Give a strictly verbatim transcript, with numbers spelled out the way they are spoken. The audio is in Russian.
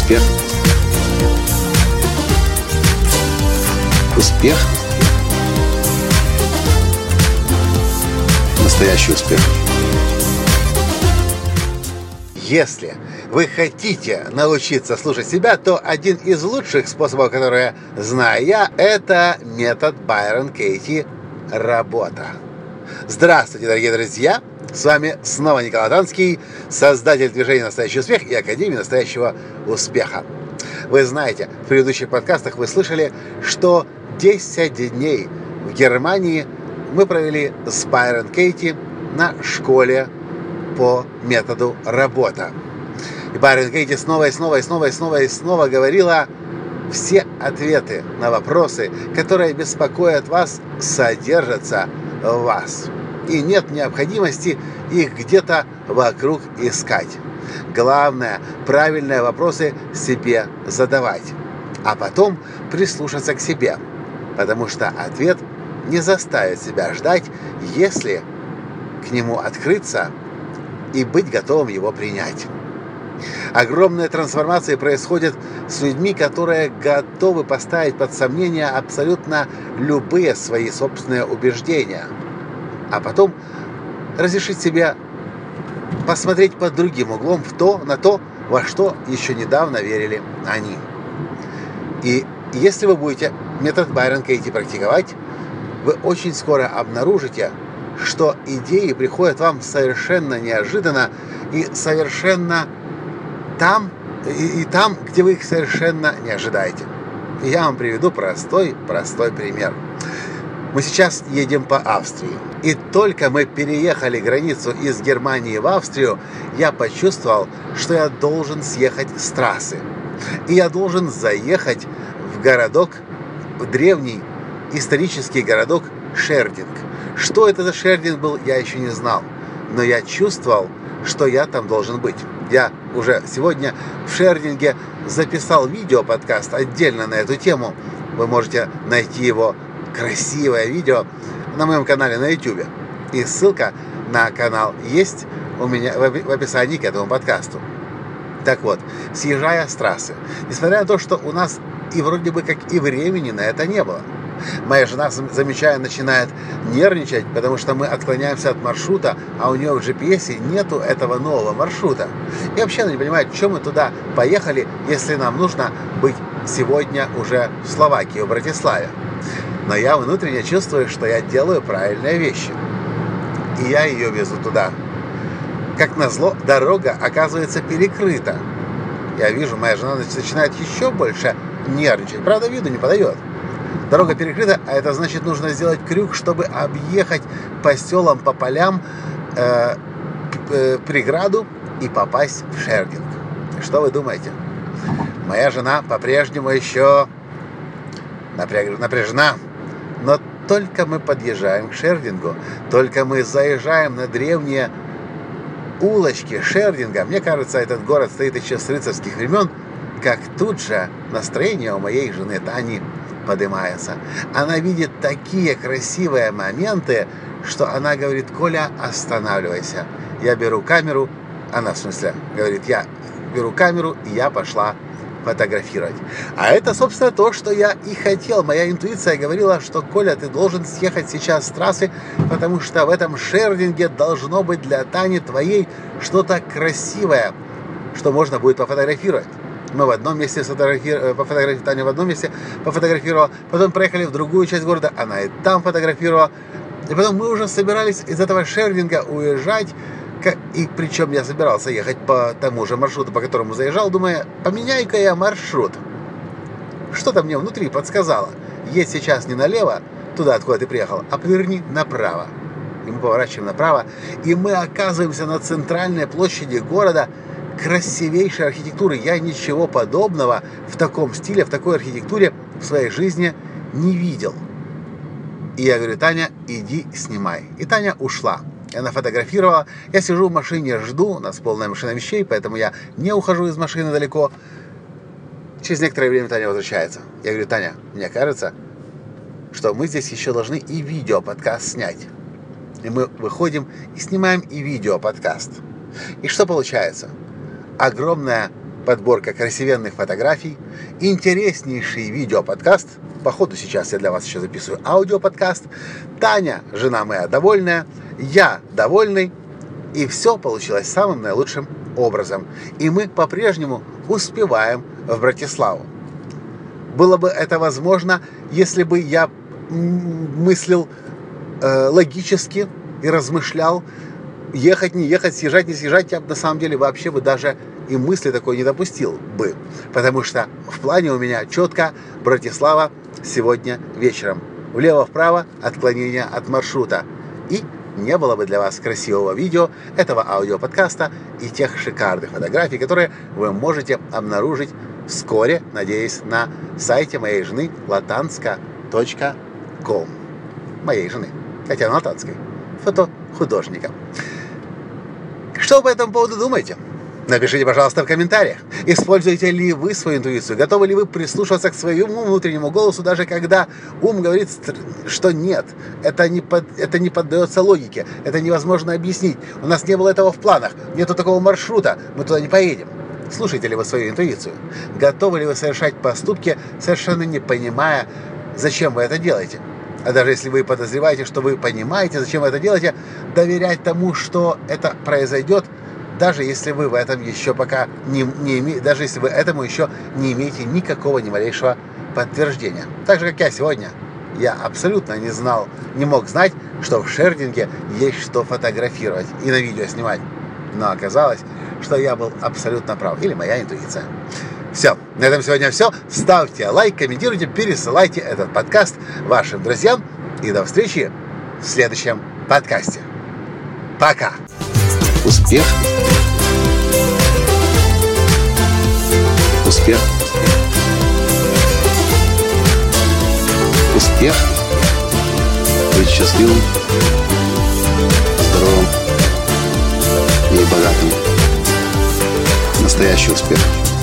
Успех. Успех. Настоящий успех. Если вы хотите научиться слушать себя, то один из лучших способов, которые знаю я, это метод Байрон Кейти «Работа». Здравствуйте, дорогие друзья! С вами снова Николай Танский, создатель движения «Настоящий успех» и Академии настоящего успеха. Вы знаете, в предыдущих подкастах вы слышали, что десять дней в Германии мы провели с Байрон Кейти на школе по методу «Работа». И Байрон Кейти снова и снова и снова и снова и снова говорила: все ответы на вопросы, которые беспокоят вас, содержатся в вас. И нет необходимости их где-то вокруг искать. Главное, правильные вопросы себе задавать, а потом прислушаться к себе, потому что ответ не заставит себя ждать, если к нему открыться и быть готовым его принять. Огромные трансформации происходят с людьми, которые готовы поставить под сомнение абсолютно любые свои собственные убеждения, а потом разрешить себе посмотреть под другим углом в то, на то, во что еще недавно верили они. И если вы будете метод Байрон Кейти практиковать, вы очень скоро обнаружите, что идеи приходят вам совершенно неожиданно и совершенно там, и, и там, где вы их совершенно не ожидаете. И я вам приведу простой, простой пример. Мы сейчас едем по Австрии. И только мы переехали границу из Германии в Австрию, я почувствовал, что я должен съехать с трассы. И я должен заехать в городок, в древний исторический городок Шердинг. Что это за Шердинг был, я еще не знал. Но я чувствовал, что я там должен быть. Я уже сегодня в Шердинге записал видео-подкаст отдельно на эту тему. Вы можете найти его, красивое видео, на моем канале на YouTube. И ссылка на канал есть у меня в описании к этому подкасту. Так вот, съезжая с трассы, несмотря на то, что у нас и вроде бы как и времени на это не было, моя жена, замечая, начинает нервничать, потому что мы отклоняемся от маршрута, а у нее в джи пи эс нету этого нового маршрута. И вообще она не понимает, что мы туда поехали, если нам нужно быть сегодня уже в Словакии, в Братиславе. Но я внутренне чувствую, что я делаю правильные вещи. И я ее везу туда. Как назло, дорога оказывается перекрыта. Я вижу, моя жена начинает еще больше нервничать. Правда, виду не подает. Дорога перекрыта, а это значит, нужно сделать крюк, чтобы объехать по селам, по полям э, э, преграду и попасть в Шердинг. Что вы думаете? Моя жена по-прежнему еще напряжена. Но только мы подъезжаем к Шердингу, только мы заезжаем на древние улочки Шердинга, мне кажется, этот город стоит еще с рыцарских времен, как тут же настроение у моей жены Тани поднимается. Она видит такие красивые моменты, что она говорит: Коля, останавливайся. Я беру камеру, она в смысле говорит, я беру камеру, и я пошла фотографировать. А это, собственно, то, что я и хотел. Моя интуиция говорила, что, Коля, ты должен съехать сейчас с трассы, потому что в этом Шердинге должно быть для Тани твоей что-то красивое, что можно будет пофотографировать. Мы в одном месте сфотографировали, пофотографировали, Таня в одном месте пофотографировала, потом проехали в другую часть города, она и там фотографировала. И потом мы уже собирались из этого Шердинга уезжать. И причем я собирался ехать по тому же маршруту, по которому заезжал, думая, поменяй-ка я маршрут. Что-то мне внутри подсказало: едь сейчас не налево, туда, откуда ты приехал, а поверни направо. И мы поворачиваем направо, и мы оказываемся на центральной площади города, красивейшей архитектуры. Я ничего подобного в таком стиле, в такой архитектуре в своей жизни не видел. И я говорю: Таня, иди снимай. И Таня ушла. Она фотографировала. Я сижу в машине, жду. У нас полная машина вещей, поэтому я не ухожу из машины далеко. Через некоторое время Таня возвращается. Я говорю: Таня, мне кажется, что мы здесь еще должны и видео-подкаст снять. И мы выходим и снимаем и видео-подкаст. И что получается? Огромная подборка красивенных фотографий, интереснейший видеоподкаст. Походу сейчас я для вас еще записываю аудиоподкаст. Таня, жена моя, довольная, я довольный. И все получилось самым наилучшим образом. И мы по-прежнему успеваем в Братиславу. Было бы это возможно, если бы я мыслил э, логически и размышлял, ехать, не ехать, съезжать, не съезжать, я бы на самом деле вообще бы даже и мысли такой не допустил бы. Потому что в плане у меня четко Братислава сегодня вечером. Влево-вправо отклонение от маршрута. И не было бы для вас красивого видео, этого аудиоподкаста и тех шикарных фотографий, которые вы можете обнаружить вскоре, надеюсь, на сайте моей жены латанска точка ком. Моей жены, хотя она латанской, фотохудожника. Что вы по этому поводу думаете? Напишите, пожалуйста, в комментариях. Используете ли вы свою интуицию? Готовы ли вы прислушиваться к своему внутреннему голосу, даже когда ум говорит, что нет, это не, под, это не поддается логике, это невозможно объяснить. У нас не было этого в планах, нету такого маршрута, мы туда не поедем. Слушаете ли вы свою интуицию? Готовы ли вы совершать поступки, совершенно не понимая, зачем вы это делаете? А даже если вы подозреваете, что вы понимаете, зачем вы это делаете, доверять тому, что это произойдет, даже если вы в этом еще пока не, не име, даже если вы этому еще не имеете никакого ни малейшего подтверждения. Так же, как я сегодня, я абсолютно не знал, не мог знать, что в Шердинге есть что фотографировать и на видео снимать. Но оказалось, что я был абсолютно прав. Или моя интуиция. Все. На этом сегодня все. Ставьте лайк, комментируйте, пересылайте этот подкаст вашим друзьям. И до встречи в следующем подкасте. Пока. Успех. Успех. Успех. Быть счастливым, здоровым и богатым. Настоящий успех.